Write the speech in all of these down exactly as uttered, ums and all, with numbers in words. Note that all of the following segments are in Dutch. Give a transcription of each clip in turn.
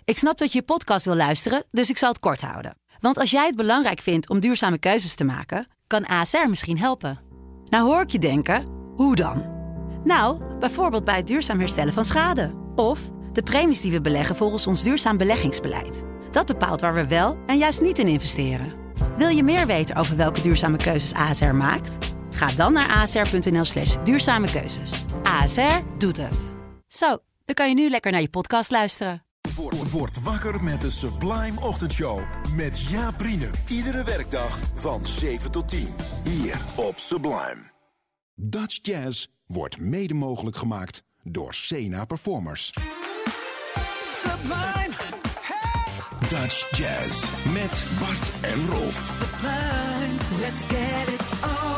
Ik snap dat je je podcast wil luisteren, dus ik zal het kort houden. Want als jij het belangrijk vindt om duurzame keuzes te maken, kan A S R misschien helpen. Nou hoor ik je denken, hoe dan? Nou, bijvoorbeeld bij het duurzaam herstellen van schade. Of de premies die we beleggen volgens ons duurzaam beleggingsbeleid. Dat bepaalt waar we wel en juist niet in investeren. Wil je meer weten over welke duurzame keuzes A S R maakt? Ga dan naar asr.nl slash duurzame keuzes. A S R doet het. Zo, dan kan je nu lekker naar je podcast luisteren. Word, word wakker met de Sublime Ochtendshow. Met Jaap Brienen. Iedere werkdag van zeven tot tien. Hier op Sublime. Dutch Jazz wordt mede mogelijk gemaakt door Sena Performers. Sublime, hey! Dutch Jazz met Bart en Rolf. Sublime, let's get it on.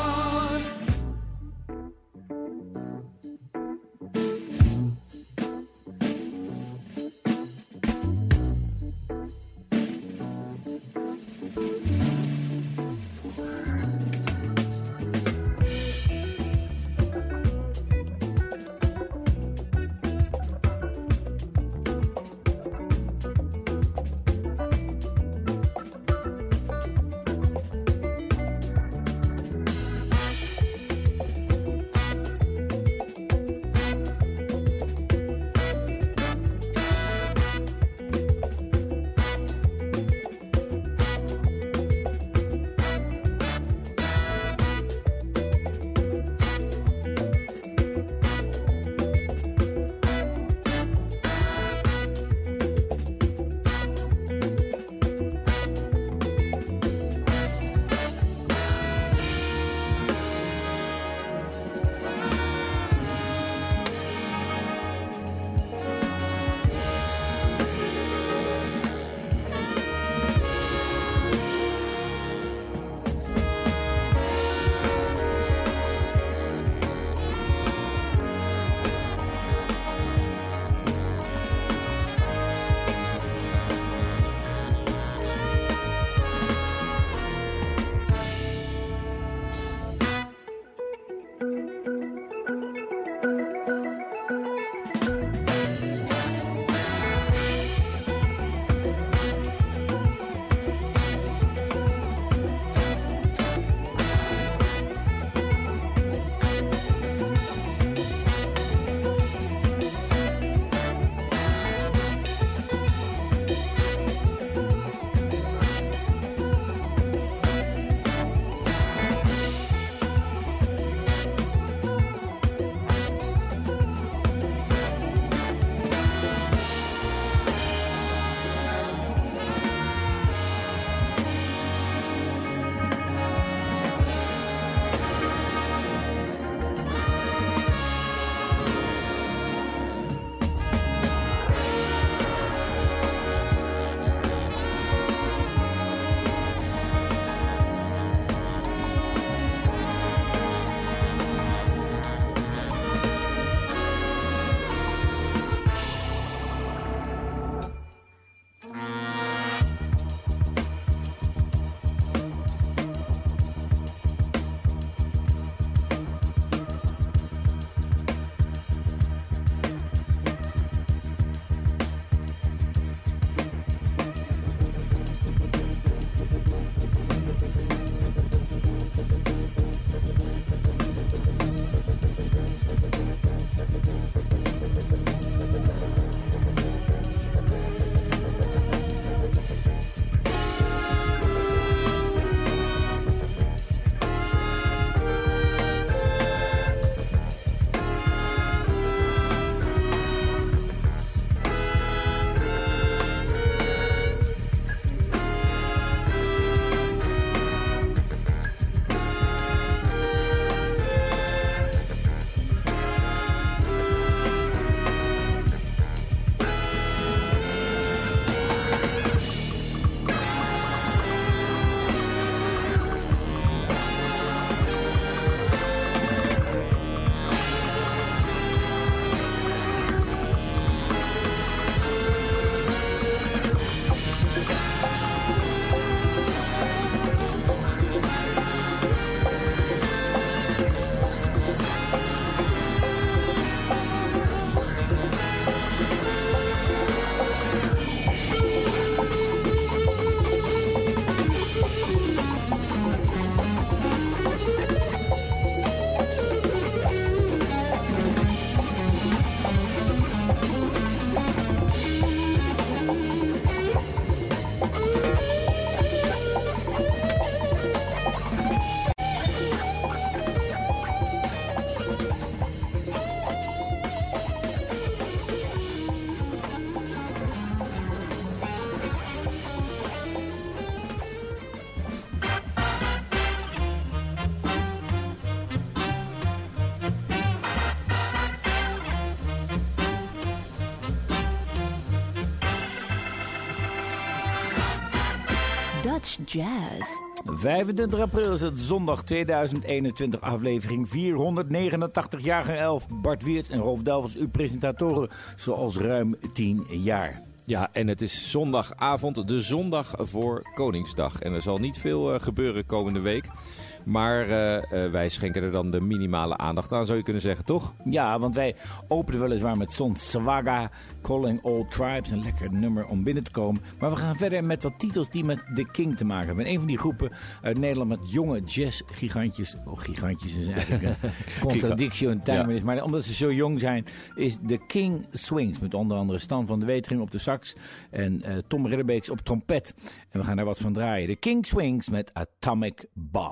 Dutch Jazz. vijfentwintig april is het zondag tweeduizend eenentwintig, aflevering vierhonderdnegenentachtig, jaargang elf. Bart Weerts en Rolf Delvers, uw presentatoren, zoals ruim tien jaar. Ja, en het is zondagavond, de zondag voor Koningsdag. En er zal niet veel uh, gebeuren komende week. Maar uh, uh, wij schenken er dan de minimale aandacht aan, zou je kunnen zeggen, toch? Ja, want wij openen weliswaar met Son Swaga, Calling All Tribes. Een lekker nummer om binnen te komen. Maar we gaan verder met wat titels die met The King te maken hebben. En een van die groepen uit Nederland met jonge jazz-gigantjes. Oh, gigantjes is eigenlijk een contradictio in time. Ja. Maar omdat ze zo jong zijn, is The King Swings. Met onder andere Stan van de Wetering op de sax en uh, Tom Ridderbeeks op trompet. En we gaan daar wat van draaien. The King Swings met Atomic Bob.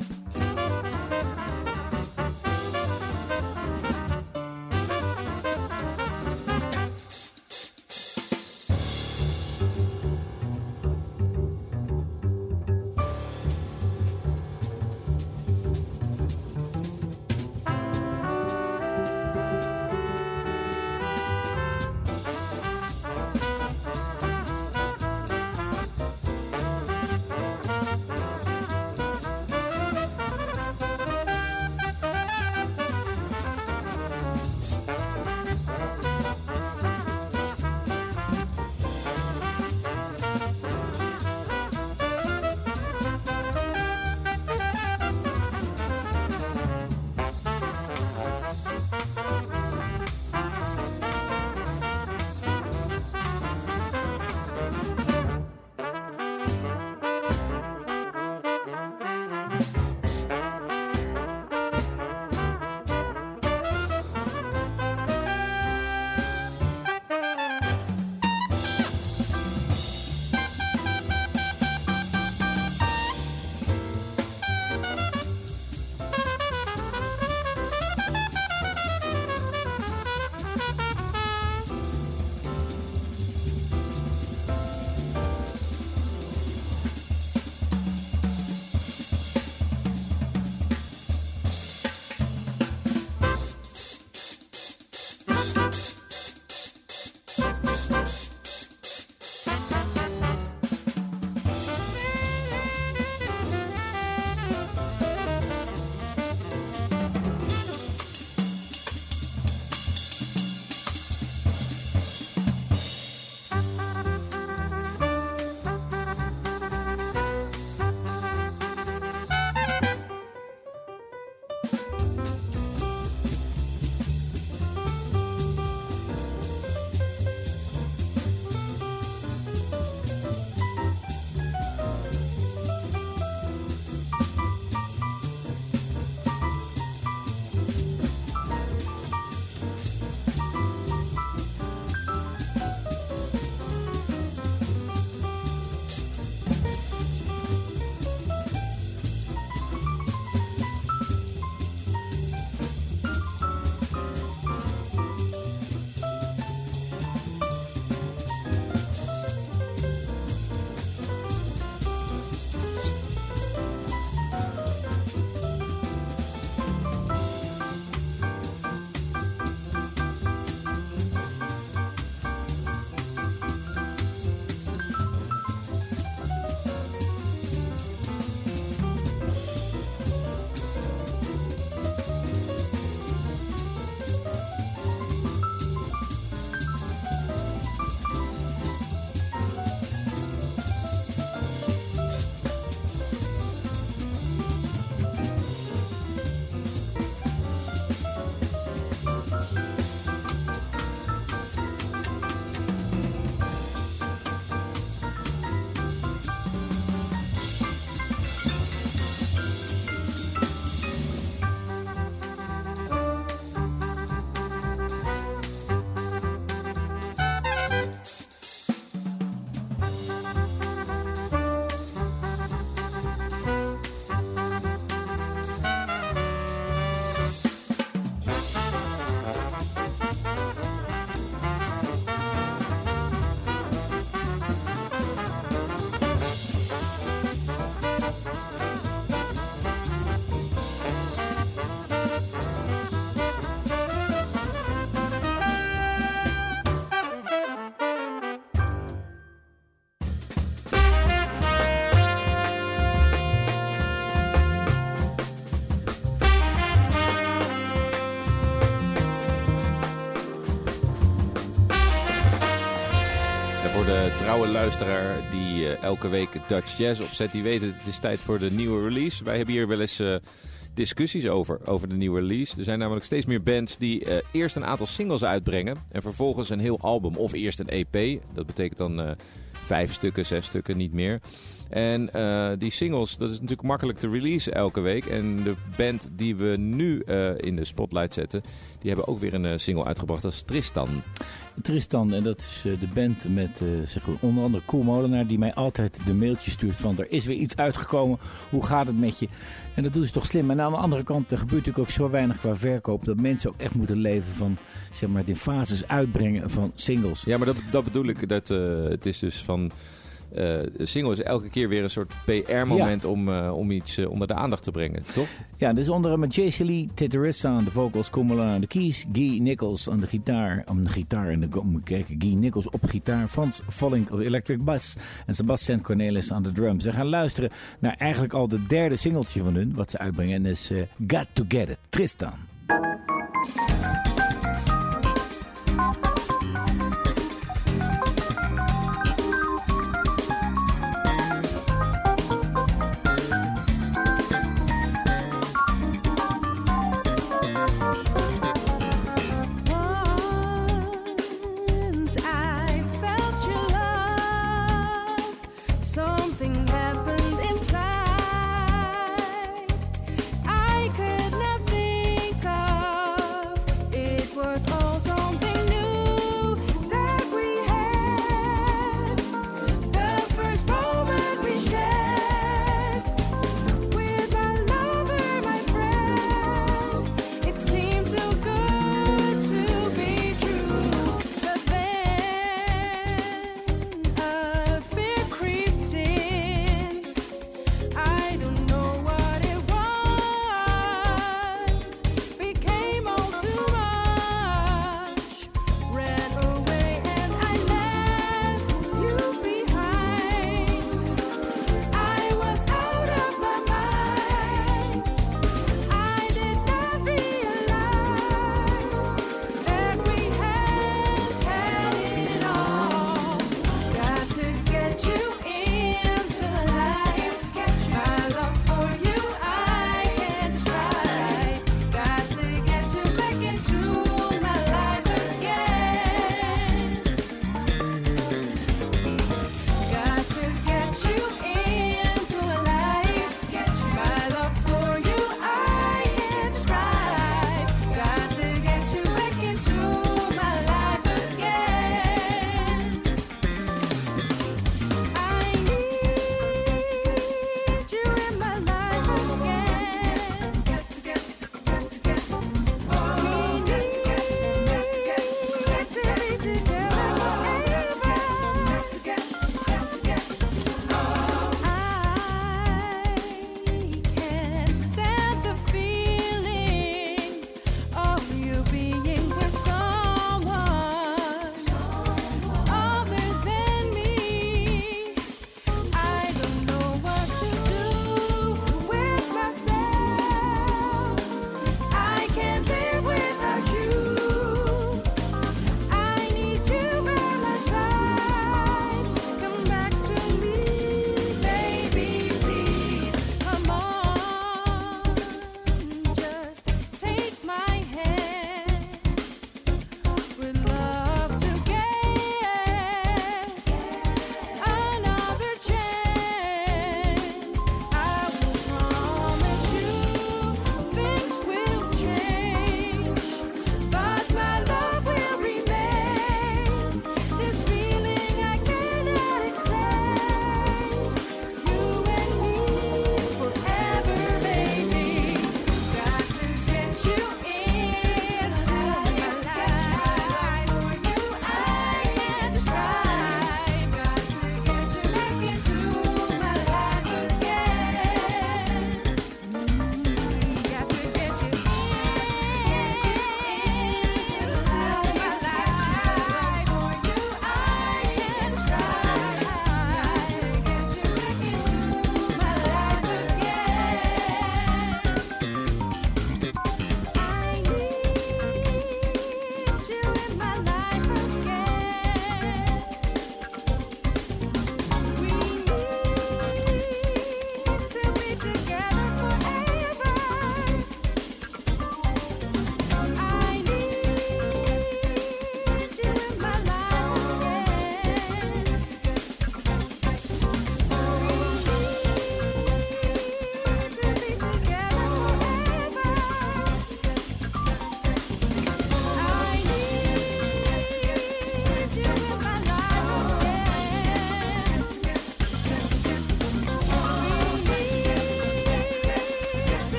trouwe luisteraar die uh, elke week Dutch Jazz opzet, die weet het, het is tijd voor de nieuwe release. Wij hebben hier wel eens uh, discussies over, over de nieuwe release. Er zijn namelijk steeds meer bands die uh, eerst een aantal singles uitbrengen en vervolgens een heel album. Of eerst een E P, dat betekent dan uh, vijf stukken, zes stukken, niet meer. En uh, die singles, dat is natuurlijk makkelijk te releasen elke week. En de band die we nu uh, in de spotlight zetten, die hebben ook weer een uh, single uitgebracht. Dat is Tristan. Tristan, en dat is uh, de band met uh, zeg, onder andere Koen Molenaar, die mij altijd de mailtje stuurt van er is weer iets uitgekomen, hoe gaat het met je? En dat doen ze toch slim. En aan de andere kant er gebeurt natuurlijk ook zo weinig qua verkoop dat mensen ook echt moeten leven van, zeg maar, in fases uitbrengen van singles. Ja, maar dat, dat bedoel ik. Dat, uh, het is dus van... Uh, de single is elke keer weer een soort P R-moment ja. om, uh, om iets uh, onder de aandacht te brengen, toch? Ja, dus onder andere J C Lee, Titterissa aan de vocals, Koemela aan de keys, Guy Nichols aan de gitaar, aan de gitaar en de moet kijken, Guy Nichols op gitaar, Frans Volink op electric bass en Sebastian Cornelis aan de drums. We gaan luisteren naar eigenlijk al de derde singeltje van hun, wat ze uitbrengen, en dat is uh, Got to Get It, Tristan. I could not think of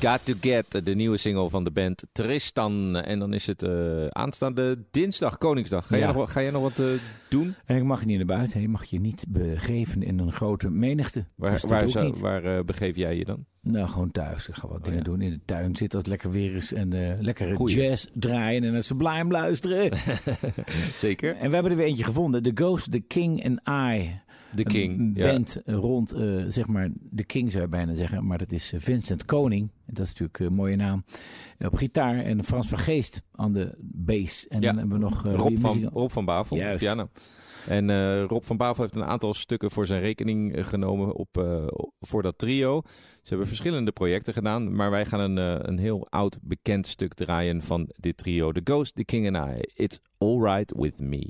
Got to Get, de nieuwe single van de band Tristan. En dan is het uh, aanstaande dinsdag, Koningsdag. Ga, ja. jij, nog, ga jij nog wat uh, doen? En ik mag niet naar buiten. Je mag je niet begeven in een grote menigte. Waar, dus waar, zou, waar uh, begeef jij je dan? Nou, gewoon thuis. Ik ga wat oh, dingen ja. doen. In de tuin zitten als het lekker weer is. En uh, lekkere Goeie. jazz draaien en naar Sublime luisteren. Zeker. En we hebben er weer eentje gevonden. The Ghost, The King and I. The King. Een band ja. rond, uh, zeg maar, The King zou je bijna zeggen. Maar dat is Vincent Koning. Dat is natuurlijk een mooie naam. Op gitaar en Frans van Geest aan de bass. En ja. dan hebben we nog uh, Rob, van, Rob van Bavel. Juist. Piano. En uh, Rob van Bavel heeft een aantal stukken voor zijn rekening uh, genomen op, uh, voor dat trio. Ze hebben verschillende projecten gedaan, maar wij gaan een, uh, een heel oud bekend stuk draaien van dit trio. The Ghost, The King and I. It's Alright With Me.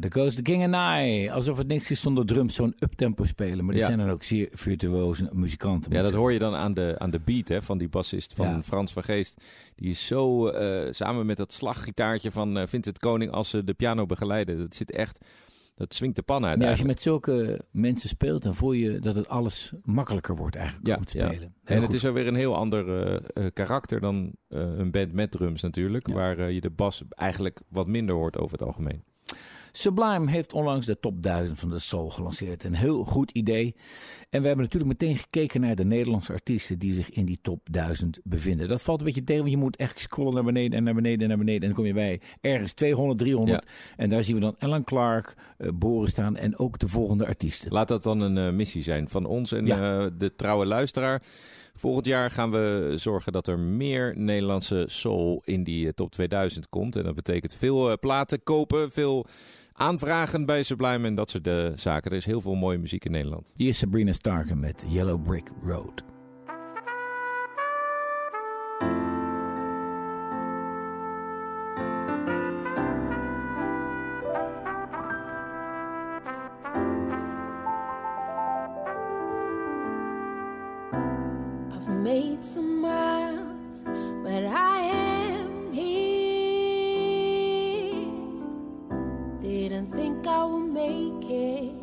The Goes the King and I. Alsof het niks is zonder drums, zo'n uptempo spelen. Maar die Ja. zijn dan ook zeer virtuoze muzikanten. Ja, dat hoor je dan aan de, aan de beat hè, van die bassist van Ja. Frans van Geest. Die is zo, uh, samen met dat slaggitaartje van uh, Vincent Koning, als ze de piano begeleiden. Dat zit echt, dat swingt de pan uit. Ja, als je eigenlijk. met zulke mensen speelt, dan voel je dat het alles makkelijker wordt eigenlijk Ja, om te ja. spelen. Heel En het goed. is alweer een heel ander uh, uh, karakter dan uh, een band met drums natuurlijk. Ja. Waar uh, je de bas eigenlijk wat minder hoort over het algemeen. Sublime heeft onlangs de top duizend van de soul gelanceerd. Een heel goed idee. En we hebben natuurlijk meteen gekeken naar de Nederlandse artiesten die zich in die top duizend bevinden. Dat valt een beetje tegen, want je moet echt scrollen naar beneden en naar beneden en naar beneden. En dan kom je bij ergens tweehonderd, driehonderd. Ja. En daar zien we dan Alan Clark, uh, Boris staan en ook de volgende artiesten. Laat dat dan een uh, missie zijn van ons en Ja. uh, de trouwe luisteraar. Volgend jaar gaan we zorgen dat er meer Nederlandse soul in die uh, top tweeduizend komt. En dat betekent veel uh, platen kopen, veel aanvragen bij Sublime en dat soort uh, zaken. Er is heel veel mooie muziek in Nederland. Hier is Sabrina Starker met Yellow Brick Road. I've made some miles, but I am here. Didn't think I would make it,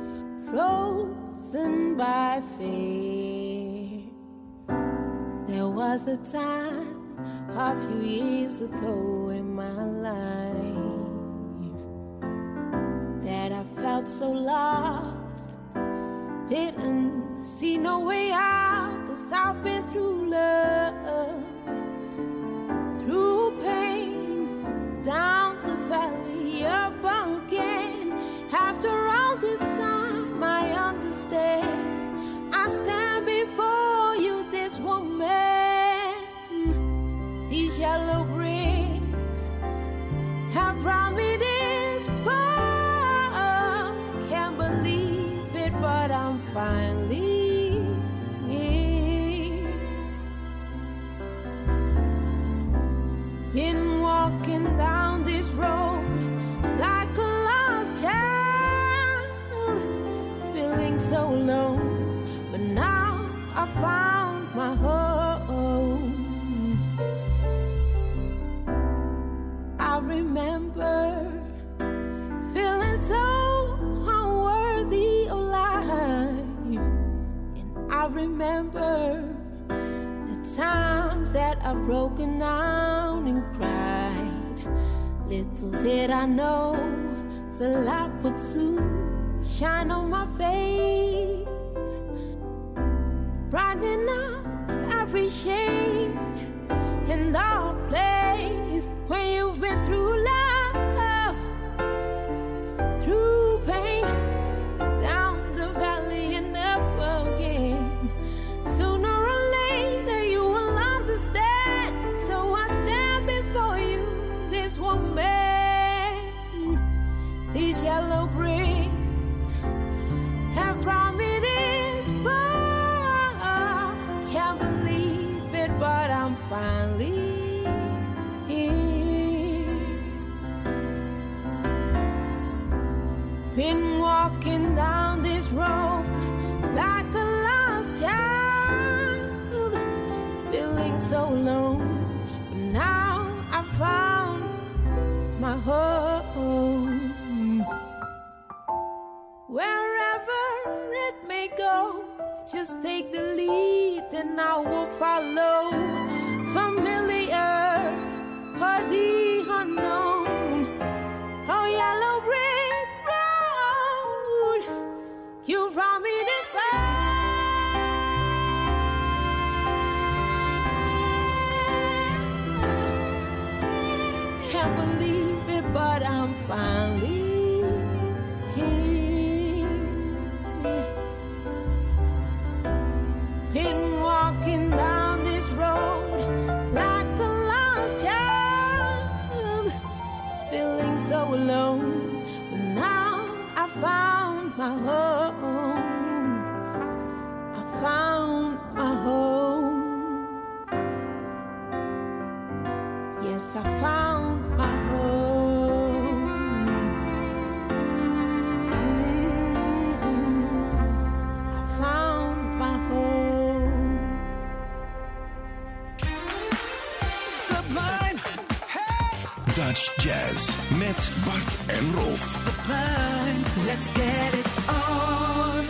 frozen by fear. There was a time a few years ago in my life that I felt so lost, didn't see no way out, 'cause I've been through love, through pain, down the valley, up again. After all this time I understand, I stand before you, this woman. These yellow bricks have brought me this far. Can't believe it, but I'm finally here. Been walking down this road like a lost child, feeling so alone, but now I found my home. I remember feeling so unworthy of life, and I remember the times that I've broken down and cried. Little did I know the light would soon shine on my face, brightening up every shade in dark place. When you've been through love, through pain, down the valley and up again, sooner or later you will understand. So I stand before you, this woman. These yellow bricks have brought me this far. Can't believe it, but I'm finally here. Been walking down this road like a lost child, feeling so alone, but now I found my home. Wherever it may go, just take the lead and I will follow. Familiar or the unknown, oh yellow brick road, you brought me this far. Can't believe it, but I'm finally here. Been walking down this road like a lost child, feeling so alone, but now I found my home. I found my home. Yes, I found my home. Dutch Jazz met Bart en Rolf. Sublime, let's get it on.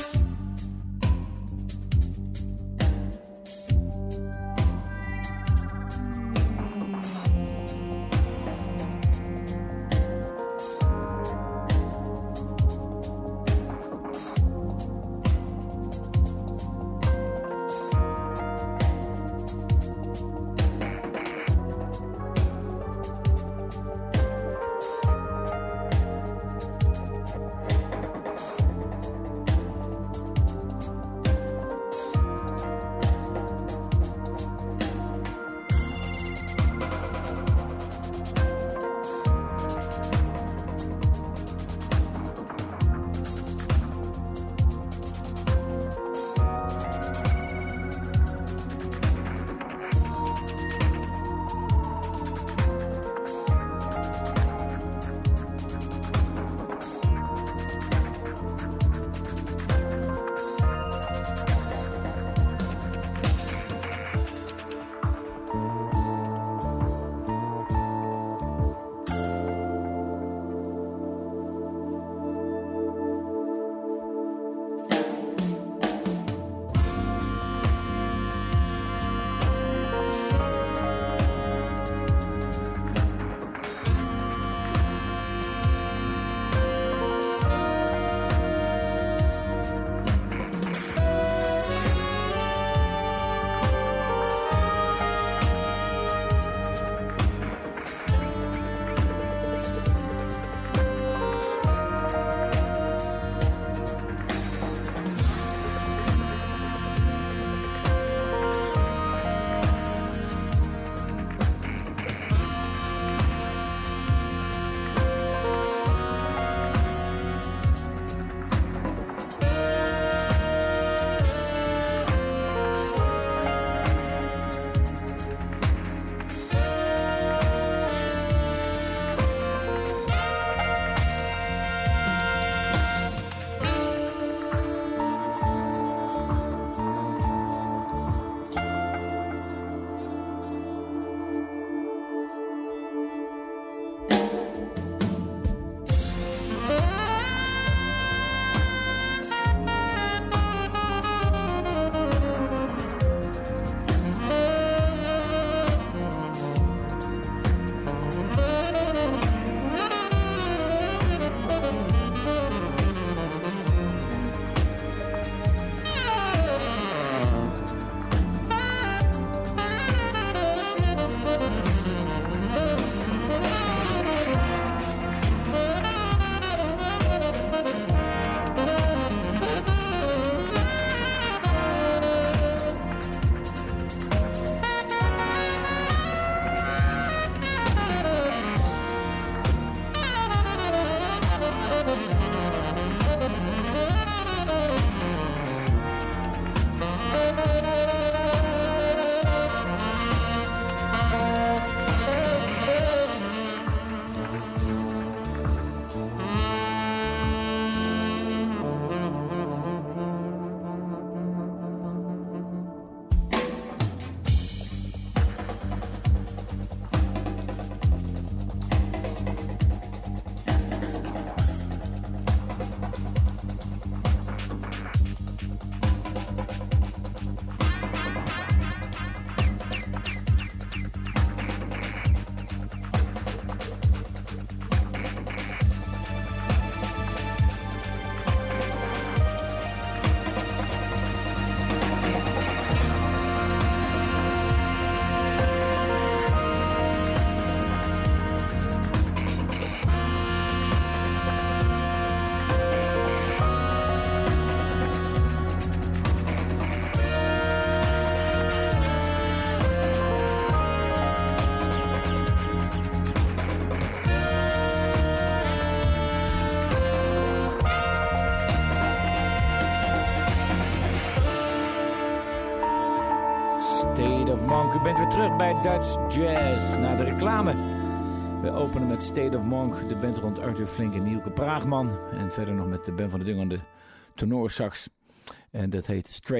State of Monk. U bent weer terug bij Dutch Jazz na de reclame. We openen met State of Monk, de band rond Arthur Flink en Nielke Praagman. En verder nog met de Ben van der Dung aan de tenorsax. En dat heet Straight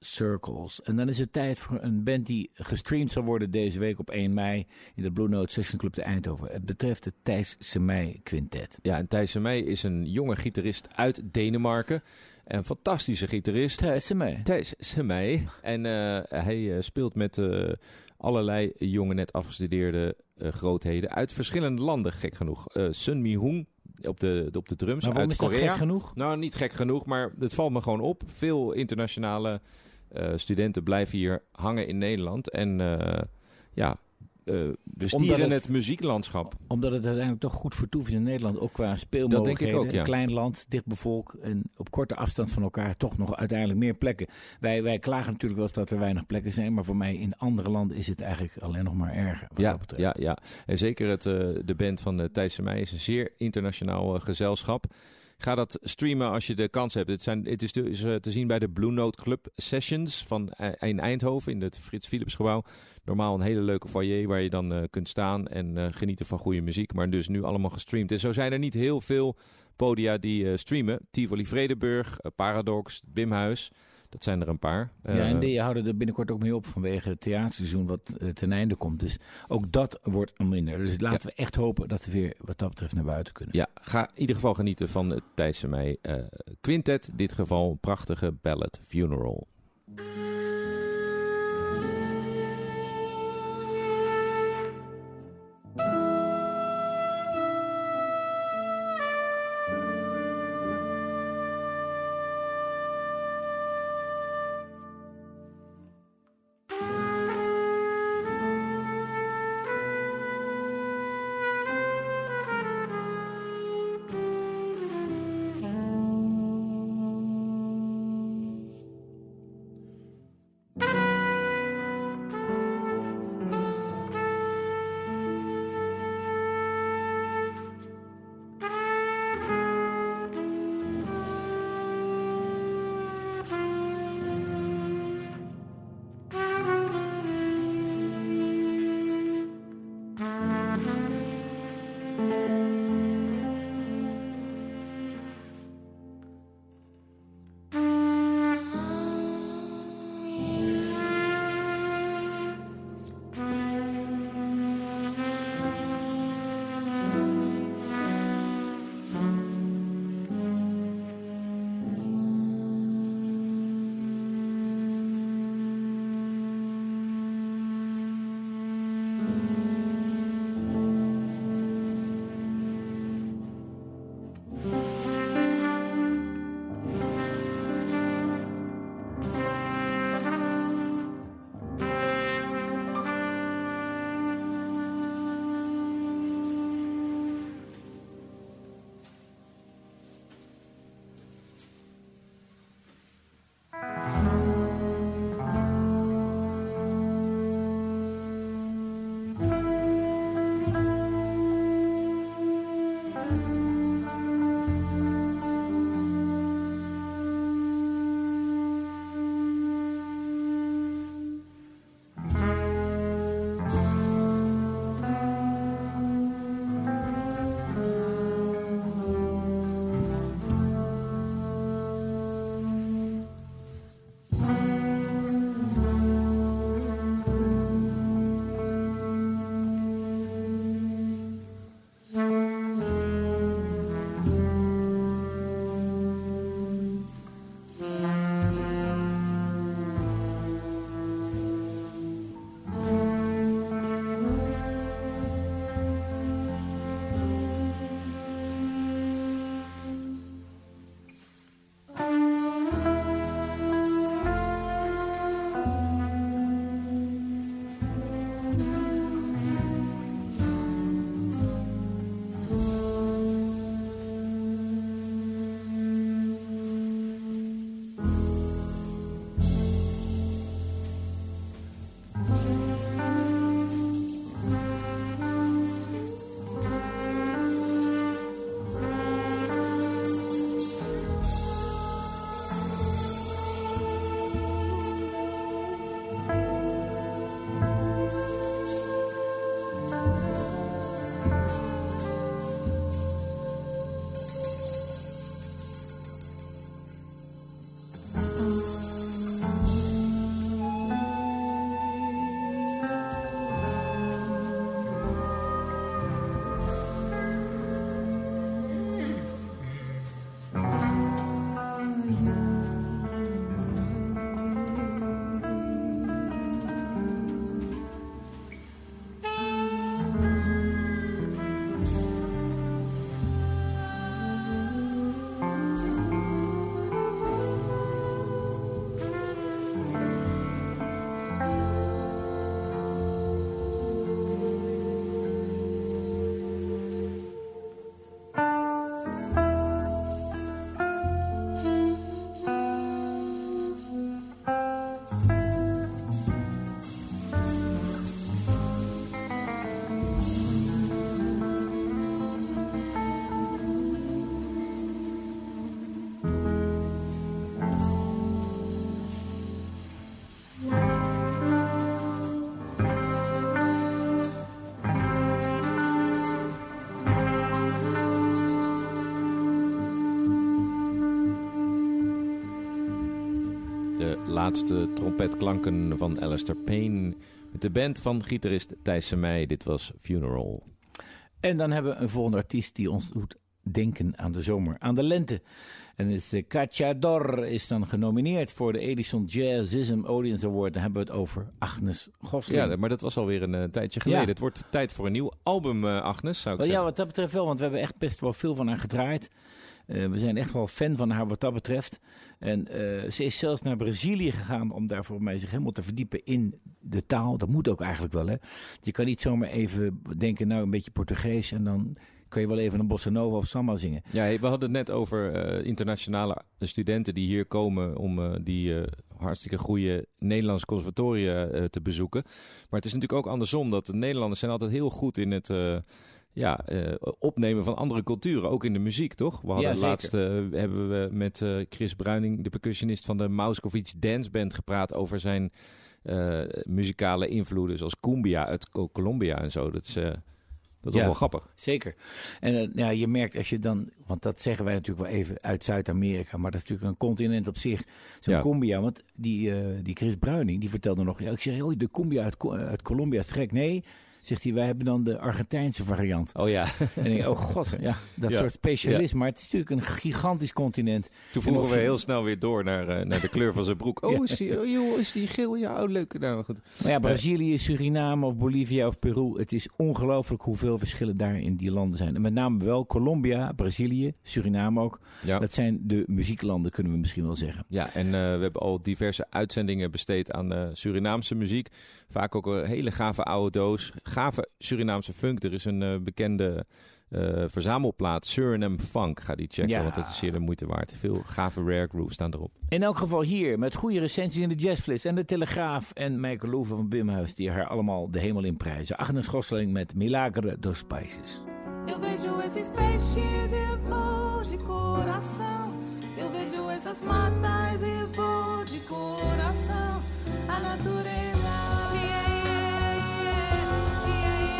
Circles. En dan is het tijd voor een band die gestreamd zal worden deze week op één mei in de Blue Note Session Club te Eindhoven. Het betreft het Thijs Semij Quintet. Ja, en Thijs Semij is een jonge gitarist uit Denemarken. Een fantastische gitarist. Thijs Semij. Thijs Semij. En uh, hij uh, speelt met uh, allerlei jonge, net afgestudeerde uh, grootheden uit verschillende landen, gek genoeg. Uh, Sun Mi-hoon op de, op de drums maar uit is Korea. Dat gek genoeg? Nou, niet gek genoeg, maar het valt me gewoon op. Veel internationale uh, studenten blijven hier hangen in Nederland. En uh, ja, uh, we stieren het, het muzieklandschap. Omdat het uiteindelijk toch goed vertoeft is in Nederland, ook qua speelmogelijkheden. Dat denk ik ook, ja. Een klein land, dicht bevolkt en op korte afstand van elkaar toch nog uiteindelijk meer plekken. Wij, wij klagen natuurlijk wel eens dat er weinig plekken zijn, maar voor mij in andere landen is het eigenlijk alleen nog maar erger. Wat ja, dat betreft. ja, ja, en zeker het, uh, de band van uh, Thijs Semij is een zeer internationaal uh, gezelschap. Ga dat streamen als je de kans hebt. Het, zijn, het is dus uh, te zien bij de Blue Note Club Sessions van uh, in Eindhoven in het Frits Philips gebouw. Normaal een hele leuke foyer waar je dan uh, kunt staan en uh, genieten van goede muziek. Maar dus nu allemaal gestreamd. En zo zijn er niet heel veel podia die uh, streamen. Tivoli Vredenburg, uh, Paradox, Bimhuis. Dat zijn er een paar. Ja, en die houden er binnenkort ook mee op vanwege het theaterseizoen wat uh, ten einde komt. Dus ook dat wordt minder. Dus laten ja. we echt hopen dat we weer wat dat betreft naar buiten kunnen. Ja, ga in ieder geval genieten van het Thijs Semij uh, Quintet. In dit geval een prachtige ballad Funeral. de laatste trompetklanken van Alistair Payne met de band van gitarist Thijs Semij. Dit was Funeral. En dan hebben we een volgende artiest die ons doet denken aan de zomer, aan de lente. En het is de Cacciador is dan genomineerd voor de Edison Jazzism Audience Award. Dan hebben we het over Agnes Gosling. Ja, maar dat was alweer een uh, tijdje geleden. Ja. Het wordt tijd voor een nieuw album, uh, Agnes, zou ik Wel, zeggen. ja, wat dat betreft wel, want we hebben echt best wel veel van haar gedraaid. Uh, we zijn echt wel fan van haar wat dat betreft. En uh, ze is zelfs naar Brazilië gegaan om daar voor mij zich helemaal te verdiepen in de taal. Dat moet ook eigenlijk wel, hè. Je kan niet zomaar even denken, nou een beetje Portugees en dan kan je wel even een bossa nova of samba zingen. Ja, we hadden het net over uh, internationale studenten die hier komen om uh, die uh, hartstikke goede Nederlandse conservatoria uh, te bezoeken. Maar het is natuurlijk ook andersom, dat de Nederlanders zijn altijd heel goed in het Uh, Ja, uh, opnemen van andere culturen, ook in de muziek, toch? We hadden ja, laatst uh, hebben we met uh, Chris Bruining, de percussionist van de Mauskovic Dance Band, gepraat over zijn uh, muzikale invloeden, zoals cumbia uit Colombia en zo. Dat is, uh, dat is ja, ook wel grappig. Zeker. En uh, ja, je merkt als je dan, want dat zeggen wij natuurlijk wel even uit Zuid-Amerika, maar dat is natuurlijk een continent op zich, zo'n Ja. cumbia. Want die, uh, die Chris Bruining, die vertelde nog, ja, ik zeg, oh, de cumbia uit, uit Colombia is te gek. Nee, zegt hij, wij hebben dan de Argentijnse variant. Oh ja. En ik, oh god, ja, dat Ja. soort specialisme. Maar het is natuurlijk een gigantisch continent. Toen En vroegen of we je- heel snel weer door naar, uh, naar de kleur van zijn broek. Oh, is die, oh, joh, is die geel? Ja, oh, leuk. Nou, goed. Maar ja, Brazilië, Suriname of Bolivia of Peru. Het is ongelooflijk hoeveel verschillen daar in die landen zijn. En met name wel Colombia, Brazilië, Suriname ook. Ja. Dat zijn de muzieklanden, kunnen we misschien wel zeggen. Ja, en uh, we hebben al diverse uitzendingen besteed aan uh, Surinaamse muziek. Vaak ook een hele gave oude doos. Gave Surinaamse funk. Er is een uh, bekende uh, verzamelplaat, Suriname Funk. Ga die checken, Ja. want dat is zeer de moeite waard. Veel gave rare grooves staan erop. In elk geval hier, met goede recensies in de Jazzflits en de Telegraaf en Michael Loeven van Bimhuis, die haar allemaal de hemel in prijzen. Agnes Gosling met Milagre dos Países. Eu vejo esses peixes e vou de coração. Eu vejo essas matas e vou de coração. A natureza. Yeah, yeah, yeah, yeah,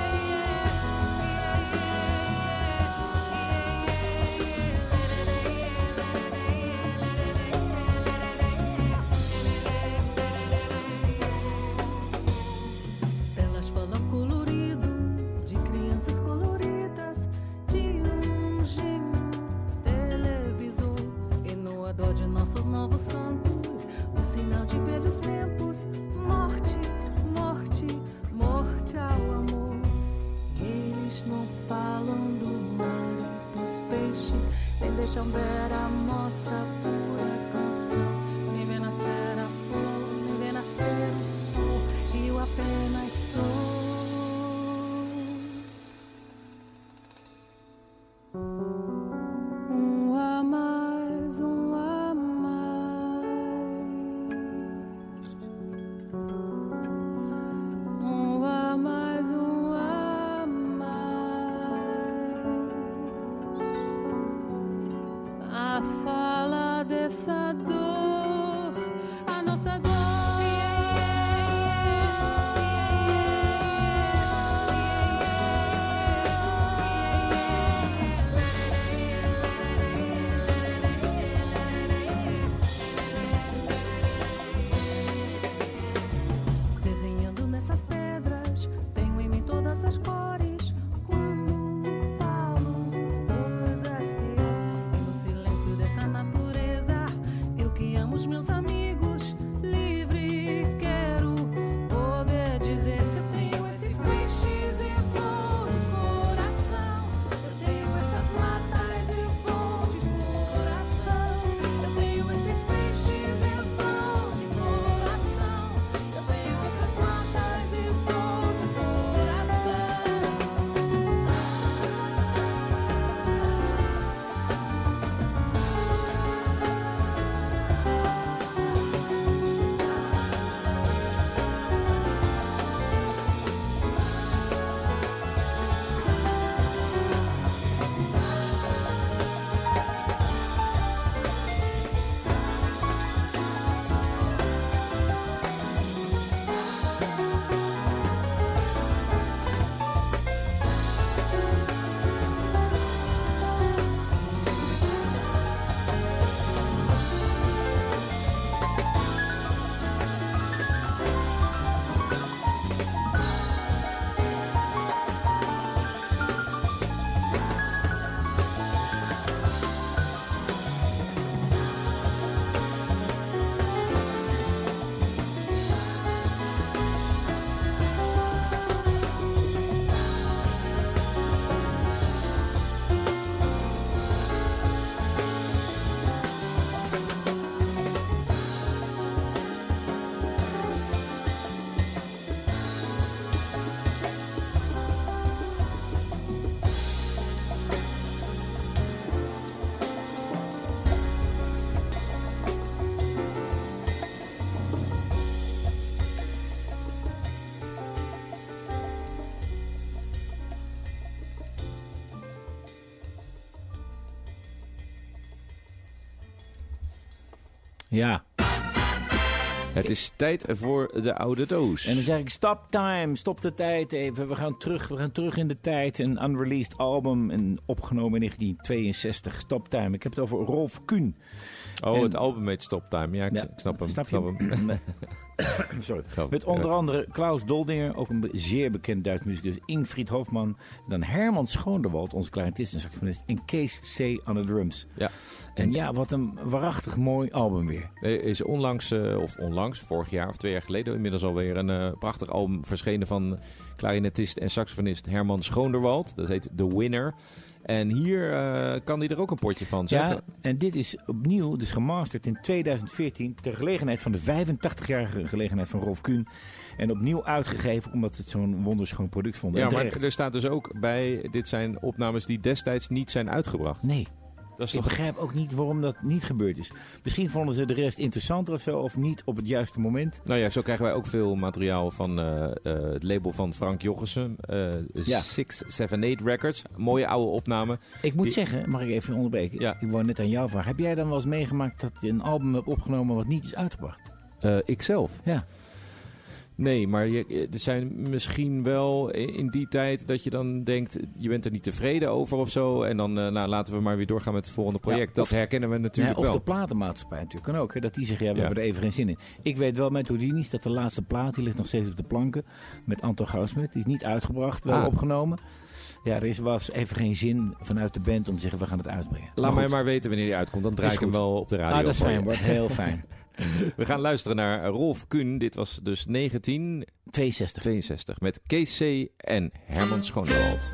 yeah. Elas falam colorido de crianças coloridas, de um gênio televisor e no ador de nossos novos santos. O Ja. Het is tijd voor de oude doos. En dan zeg ik stop time, stop de tijd even. We gaan terug, we gaan terug in de tijd. Een unreleased album, en opgenomen in negentien tweeënzestig, Stop Time. Ik heb het over Rolf Kuhn. Oh, en, het album heet Stop Time. Ja, ik, ja, ik snap hem. Snap je snap hem. Sorry. Met onder andere Klaus Doldinger, ook een be- zeer bekend Duits muzikus, Ingrid Hofman. En dan Herman Schoonderwald, onze clarinetist en saxofonist. En Kees C. aan de drums. Ja. En ja, wat een waarachtig mooi album weer. Er is onlangs, uh, of onlangs, vorig jaar of twee jaar geleden inmiddels alweer een uh, prachtig album verschenen van clarinetist en saxofonist Herman Schoonderwald. Dat heet The Winner. En hier uh, kan hij er ook een potje van zeggen. Ja, en dit is opnieuw dus gemasterd in tweeduizend veertien... ter gelegenheid van de vijfentachtigjarige gelegenheid van Rolf Kuhn. En opnieuw uitgegeven omdat het zo'n wonderschoon product vonden. Ja, en maar er staat dus ook bij, dit zijn opnames die destijds niet zijn uitgebracht. Nee. Dat is Ik toch... begrijp ook niet waarom dat niet gebeurd is. Misschien vonden ze de rest interessanter of zo, of niet op het juiste moment. Nou ja, zo krijgen wij ook veel materiaal van uh, uh, het label van Frank Jochessen. Uh, Ja. zes zeven acht Records. Mooie oude opname. Ik moet Die- zeggen, mag ik even onderbreken? Ja. Ik wou net aan jou vragen. Heb jij dan wel eens meegemaakt dat je een album hebt opgenomen wat niet is uitgebracht? Uh, ikzelf. Ja. Nee, maar je, er zijn misschien wel in die tijd dat je dan denkt, je bent er niet tevreden over of zo. En dan uh, nou, laten we maar weer doorgaan met het volgende project. Ja, dat of- herkennen we natuurlijk Ja, of wel. de platenmaatschappij natuurlijk kan ook. Hè, dat die zeggen, ja, we Ja. hebben er even geen zin in. Ik weet wel met Houdini's dat de laatste plaat, die ligt nog steeds op de planken. Met Anton Goudsmit. Die is niet uitgebracht, wel Ah. opgenomen. Ja, er is, was even geen zin vanuit de band om te zeggen, we gaan het uitbrengen. Laat mij goed. maar weten wanneer die uitkomt. Dan draai Is ik hem goed. wel op de radio. Ah, dat is voor je. fijn, wordt heel fijn. We gaan luisteren naar Rolf Kuhn. Dit was dus negentien tweeënzestig. tweeënzestig met Kees C. en Herman Schoonderwald.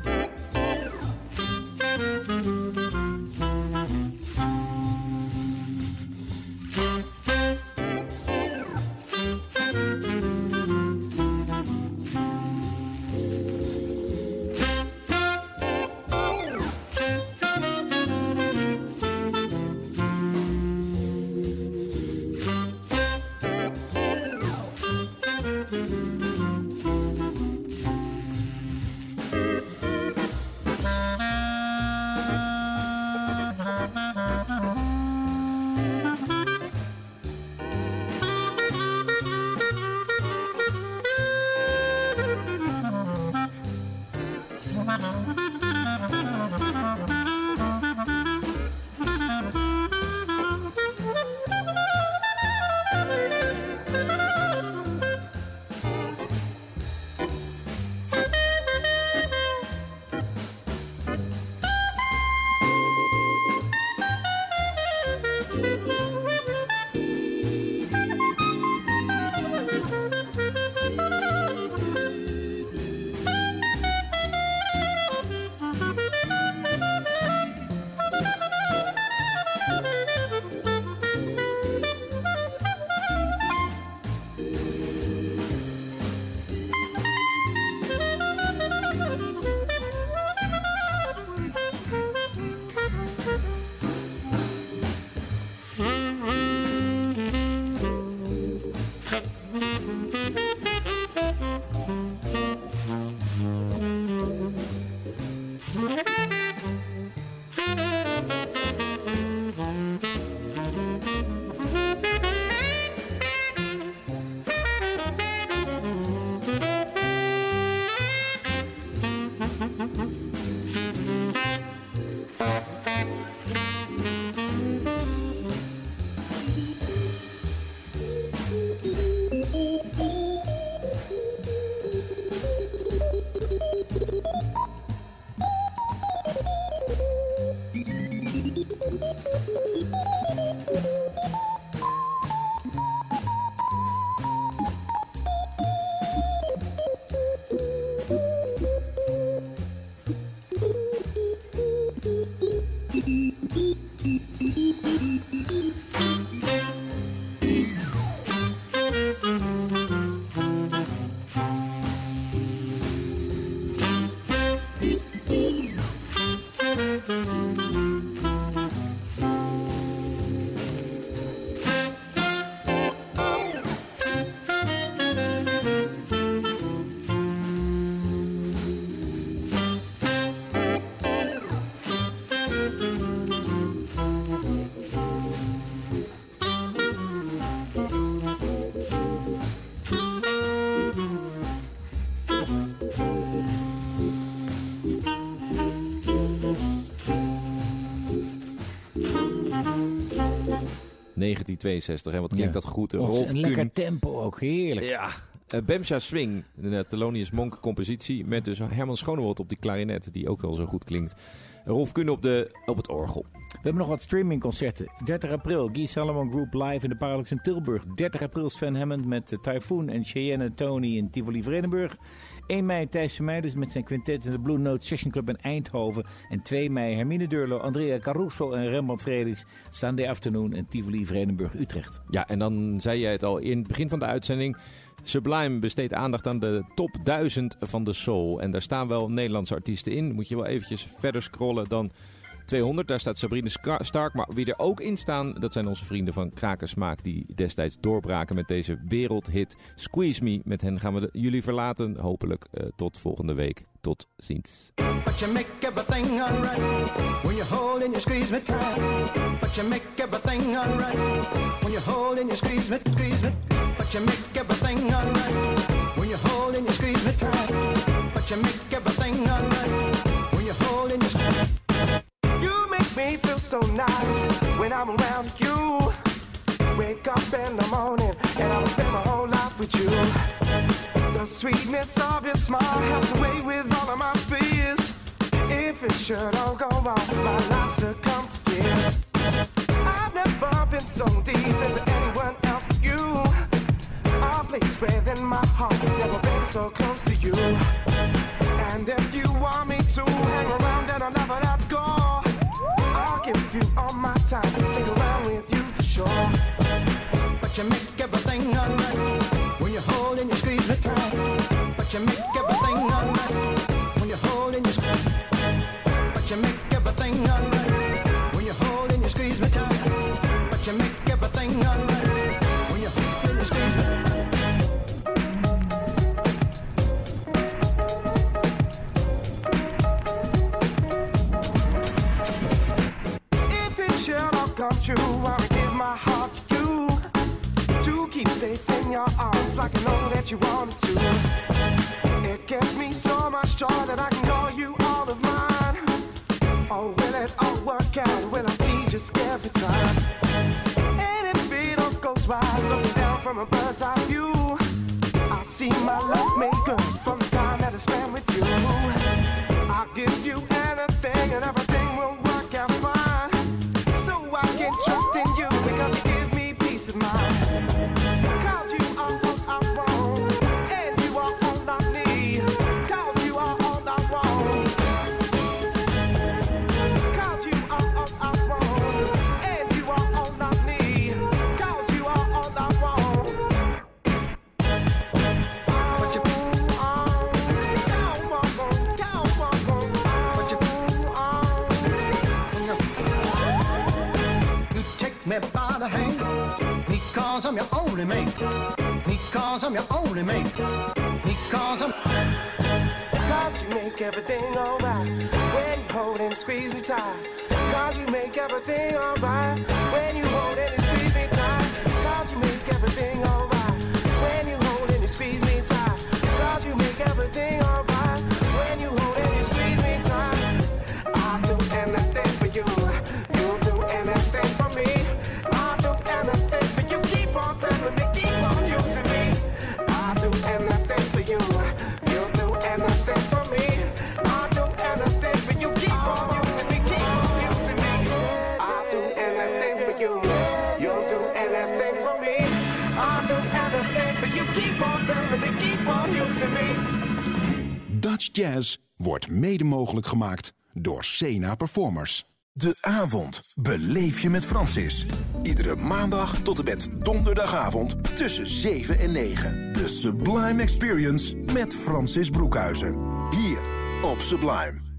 negentien tweeënzestig. Hè? Wat klinkt Ja. dat goed. Oh, Rolf een lekker Kuhn. tempo ook, heerlijk. Ja. Uh, Bemsha Swing, de Thelonious Monk compositie. Met dus Herman Schonewold op die klarinet, die ook wel zo goed klinkt. Rolf Kuhn op, de, op het orgel. We hebben nog wat streamingconcerten. dertig april, Guy Salomon Group live in de Paradox in Tilburg. dertig april Sven Hammond met uh, Typhoon en Cheyenne en Tony in Tivoli Vredenburg. één mei Thijs Vermeijers met zijn quintet in de Blue Note Session Club in Eindhoven. En twee mei Hermine Deurlo, Andrea Caruso en Rembrandt Frederiks. Sunday Afternoon in Tivoli Vredenburg Utrecht. Ja, en dan zei jij het al in het begin van de uitzending. Sublime besteedt aandacht aan de top duizend van de soul. En daar staan wel Nederlandse artiesten in. Moet je wel eventjes verder scrollen dan tweehonderd. Daar staat Sabrina Stark. Maar wie er ook in staan, dat zijn onze vrienden van Krakersmaak. Die destijds doorbraken met deze wereldhit Squeeze Me. Met hen gaan we de, jullie verlaten. Hopelijk uh, tot volgende week. Tot ziens. But you make everything alright when you hold and you squeeze me tight. But you make everything alright when you hold and you squeeze me, squeeze me. But you make everything alright when you hold and you squeeze me tight. But you make everything alright when you hold and you squeeze me. You make me feel so nice when I'm around you. Wake up in the morning and I'll spend my whole life with you. The sweetness of your smile helps away with all of my fears. If it should all go wrong, my life succumb to tears. I've never been so deep into anyone else but you. A place within my heart, never been so close to you. And if you want me to hang around and I'll never let go, I'll give you all my time, stick around with you for sure. But you make everything alright when you hold and you squeeze me tight. But you make everything alright when you hold and you squeeze me. But you make everything alright when you hold and you squeeze me tight. But you make everything alright when you hold and you squeeze me. If it should all come true, I'll give my heart to you. To keep safe in your arms like I know that you wanted to. It gives me so much joy that I can call you all of mine. Oh, will it all work out? Will I see just every time? And if it all goes right, looking down from a bird's eye view, I see my life made good from the time that I spent with you. I'll give you anything and everything will work out fine. So I can trust in you because you give me peace of mind. Cause you are all I want, and you are all I need. Cause you are all I want. Cause you are all I want, and you are all I need. Cause you are all I want. But you on, go on, go on, but you on. You take me by the hand because I'm your only mate. Because I'm your only mate. Because I'm. Cause you make everything alright when you hold and squeeze me tight. Cause you make everything alright when you hold and you squeeze me tight. Cause you make everything alright when you hold and you squeeze me tight. Cause you make everything alright when you hold and you squeeze me tight. I'll do anything for you. You'll do anything for me. I'll do anything for you. Keep on telling me, keep on using me. I'll do anything for you. You'll do anything for me. I'll do anything for you. Keep on using me, keep on using me. I'll do anything for you. You'll do anything for me. I'll do anything for you. Keep on telling me, keep on using me. Dutch Jazz wordt mede mogelijk gemaakt door Sena Performers. De avond beleef je met Francis. Iedere maandag tot en met donderdagavond tussen zeven en negen. De Sublime Experience met Francis Broekhuizen. Hier op Sublime.